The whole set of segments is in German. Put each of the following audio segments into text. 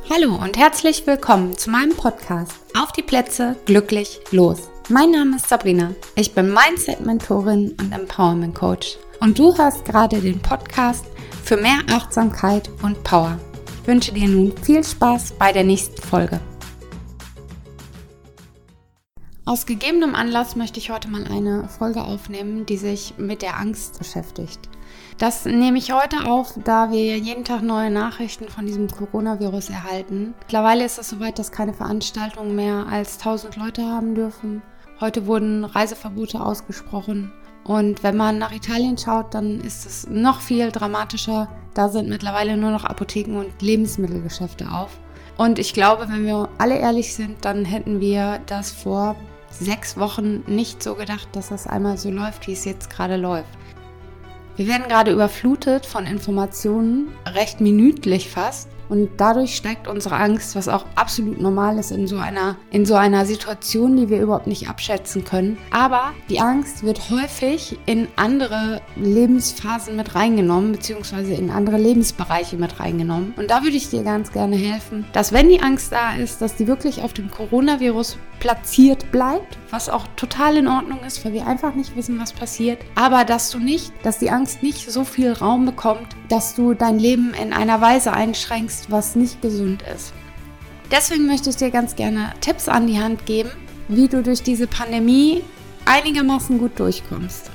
Hallo und herzlich willkommen zu meinem Podcast Auf die Plätze, glücklich, los. Mein Name ist Sabrina, ich bin Mindset-Mentorin und Empowerment-Coach und du hörst gerade den Podcast für mehr Achtsamkeit und Power. Ich wünsche dir nun viel Spaß bei der nächsten Folge. Aus gegebenem Anlass möchte ich heute mal eine Folge aufnehmen, die sich mit der Angst beschäftigt. Das nehme ich heute auf, da wir jeden Tag neue Nachrichten von diesem Coronavirus erhalten. Mittlerweile ist es soweit, dass keine Veranstaltungen mehr als 1000 Leute haben dürfen. Heute wurden Reiseverbote ausgesprochen. Und wenn man nach Italien schaut, dann ist es noch viel dramatischer. Da sind mittlerweile nur noch Apotheken und Lebensmittelgeschäfte auf. Und ich glaube, wenn wir alle ehrlich sind, dann hätten wir das vor 6 Wochen nicht so gedacht, dass das einmal so läuft, wie es jetzt gerade läuft. Wir werden gerade überflutet von Informationen, recht minütlich fast. Und dadurch steigt unsere Angst, was auch absolut normal ist in so einer Situation, die wir überhaupt nicht abschätzen können. Aber die Angst wird häufig in andere Lebensphasen mit reingenommen, beziehungsweise in andere Lebensbereiche mit reingenommen. Und da würde ich dir ganz gerne helfen, dass wenn die Angst da ist, dass die wirklich auf dem Coronavirus platziert bleibt, was auch total in Ordnung ist, weil wir einfach nicht wissen, was passiert. Aber dass die Angst nicht so viel Raum bekommt, dass du dein Leben in einer Weise einschränkst, was nicht gesund ist. Deswegen möchte ich dir ganz gerne Tipps an die Hand geben, wie du durch diese Pandemie einigermaßen gut durchkommst.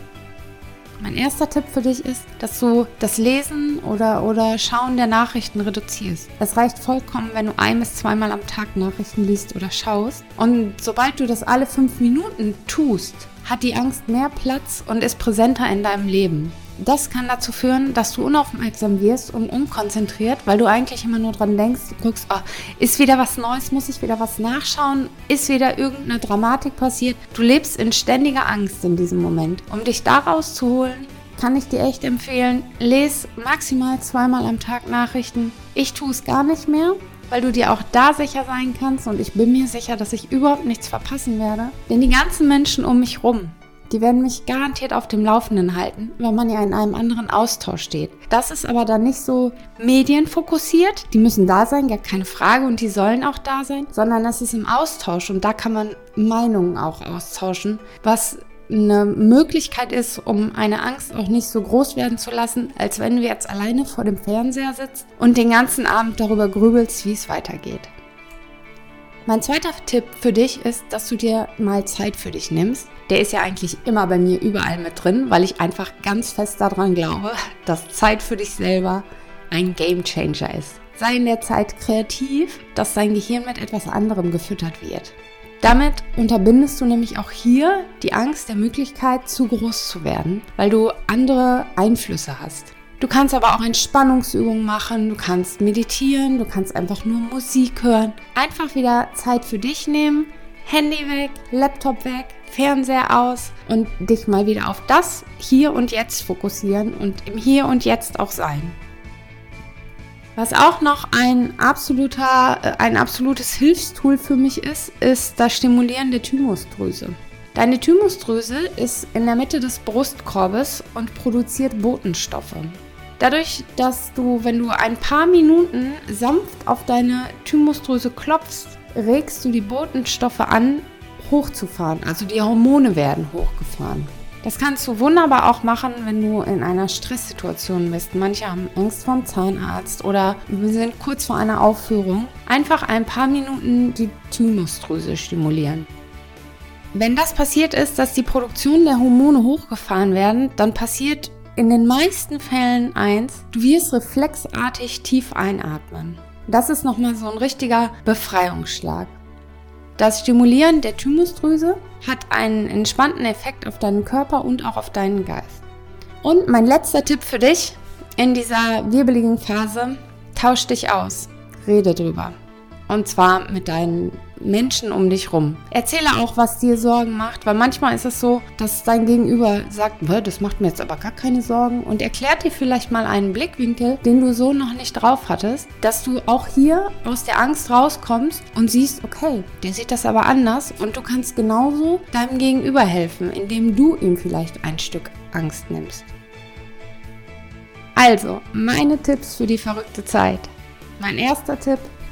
Mein erster Tipp für dich ist, dass du das Lesen oder Schauen der Nachrichten reduzierst. Es reicht vollkommen, wenn du 1- bis 2-mal am Tag Nachrichten liest oder schaust. Und sobald du das alle 5 Minuten tust, hat die Angst mehr Platz und ist präsenter in deinem Leben. Das kann dazu führen, dass du unaufmerksam wirst und unkonzentriert, weil du eigentlich immer nur dran denkst, du guckst, ist wieder was Neues, muss ich wieder was nachschauen, ist wieder irgendeine Dramatik passiert. Du lebst in ständiger Angst in diesem Moment. Um dich da rauszuholen, kann ich dir echt empfehlen, lese maximal 2-mal am Tag Nachrichten. Ich tue es gar nicht mehr, weil du dir auch da sicher sein kannst und ich bin mir sicher, dass ich überhaupt nichts verpassen werde. Denn die ganzen Menschen um mich rum, die werden mich garantiert auf dem Laufenden halten, weil man ja in einem anderen Austausch steht. Das ist aber dann nicht so medienfokussiert. Die müssen da sein, gar keine Frage, und die sollen auch da sein, sondern das ist im Austausch und da kann man Meinungen auch austauschen, was eine Möglichkeit ist, um eine Angst auch nicht so groß werden zu lassen, als wenn du jetzt alleine vor dem Fernseher sitzt und den ganzen Abend darüber grübelst, wie es weitergeht. Mein zweiter Tipp für dich ist, dass du dir mal Zeit für dich nimmst. Der ist ja eigentlich immer bei mir überall mit drin, weil ich einfach ganz fest daran glaube, dass Zeit für dich selber ein Gamechanger ist. Sei in der Zeit kreativ, dass dein Gehirn mit etwas anderem gefüttert wird. Damit unterbindest du nämlich auch hier die Angst der Möglichkeit, zu groß zu werden, weil du andere Einflüsse hast. Du kannst aber auch Entspannungsübungen machen, du kannst meditieren, du kannst einfach nur Musik hören. Einfach wieder Zeit für dich nehmen, Handy weg, Laptop weg, Fernseher aus und dich mal wieder auf das Hier und Jetzt fokussieren und im Hier und Jetzt auch sein. Was auch noch ein absolutes Hilfstool für mich ist das Stimulieren der Thymusdrüse. Deine Thymusdrüse ist in der Mitte des Brustkorbes und produziert Botenstoffe. Dadurch, dass du, wenn du ein paar Minuten sanft auf deine Thymusdrüse klopfst, regst du die Botenstoffe an, hochzufahren. Also die Hormone werden hochgefahren. Das kannst du wunderbar auch machen, wenn du in einer Stresssituation bist. Manche haben Angst vorm Zahnarzt oder wir sind kurz vor einer Aufführung. Einfach ein paar Minuten die Thymusdrüse stimulieren. Wenn das passiert ist, dass die Produktion der Hormone hochgefahren werden, dann passiert in den meisten Fällen eins: Du wirst reflexartig tief einatmen. Das ist nochmal so ein richtiger Befreiungsschlag. Das Stimulieren der Thymusdrüse hat einen entspannten Effekt auf deinen Körper und auch auf deinen Geist. Und mein letzter Tipp für dich in dieser wirbeligen Phase: Tausch dich aus, rede drüber. Und zwar mit deinen Menschen um dich rum. Erzähle auch, was dir Sorgen macht, weil manchmal ist es so, dass dein Gegenüber sagt, das macht mir jetzt aber gar keine Sorgen, und erklärt dir vielleicht mal einen Blickwinkel, den du so noch nicht drauf hattest, dass du auch hier aus der Angst rauskommst und siehst, okay, der sieht das aber anders, und du kannst genauso deinem Gegenüber helfen, indem du ihm vielleicht ein Stück Angst nimmst. Also, meine Tipps für die verrückte Zeit. Mein erster Tipp: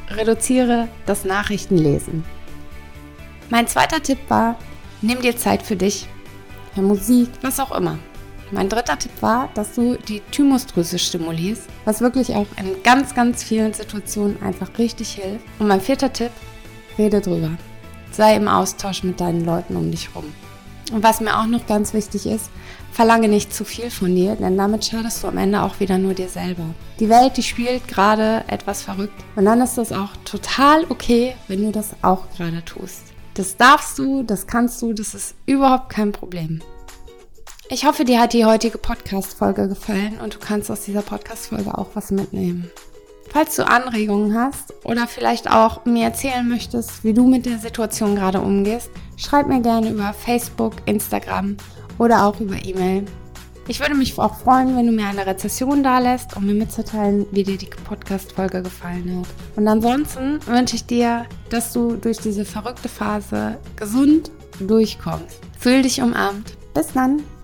reduziere das Nachrichtenlesen. Mein zweiter Tipp war, nimm dir Zeit für dich, für Musik, was auch immer. Mein dritter Tipp war, dass du die Thymusdrüse stimulierst, was wirklich auch in ganz, ganz vielen Situationen einfach richtig hilft. Und mein vierter Tipp, rede drüber. Sei im Austausch mit deinen Leuten um dich rum. Und was mir auch noch ganz wichtig ist, verlange nicht zu viel von dir, denn damit schadest du am Ende auch wieder nur dir selber. Die Welt, die spielt gerade etwas verrückt und dann ist das auch total okay, wenn du das auch gerade tust. Das darfst du, das kannst du, das ist überhaupt kein Problem. Ich hoffe, dir hat die heutige Podcast-Folge gefallen und du kannst aus dieser Podcast-Folge auch was mitnehmen. Falls du Anregungen hast oder vielleicht auch mir erzählen möchtest, wie du mit der Situation gerade umgehst, schreib mir gerne über Facebook, Instagram oder auch über E-Mail. Ich würde mich auch freuen, wenn du mir eine Rezession dalässt, um mir mitzuteilen, wie dir die Podcast-Folge gefallen hat. Und ansonsten wünsche ich dir, dass du durch diese verrückte Phase gesund durchkommst. Fühl dich umarmt. Bis dann!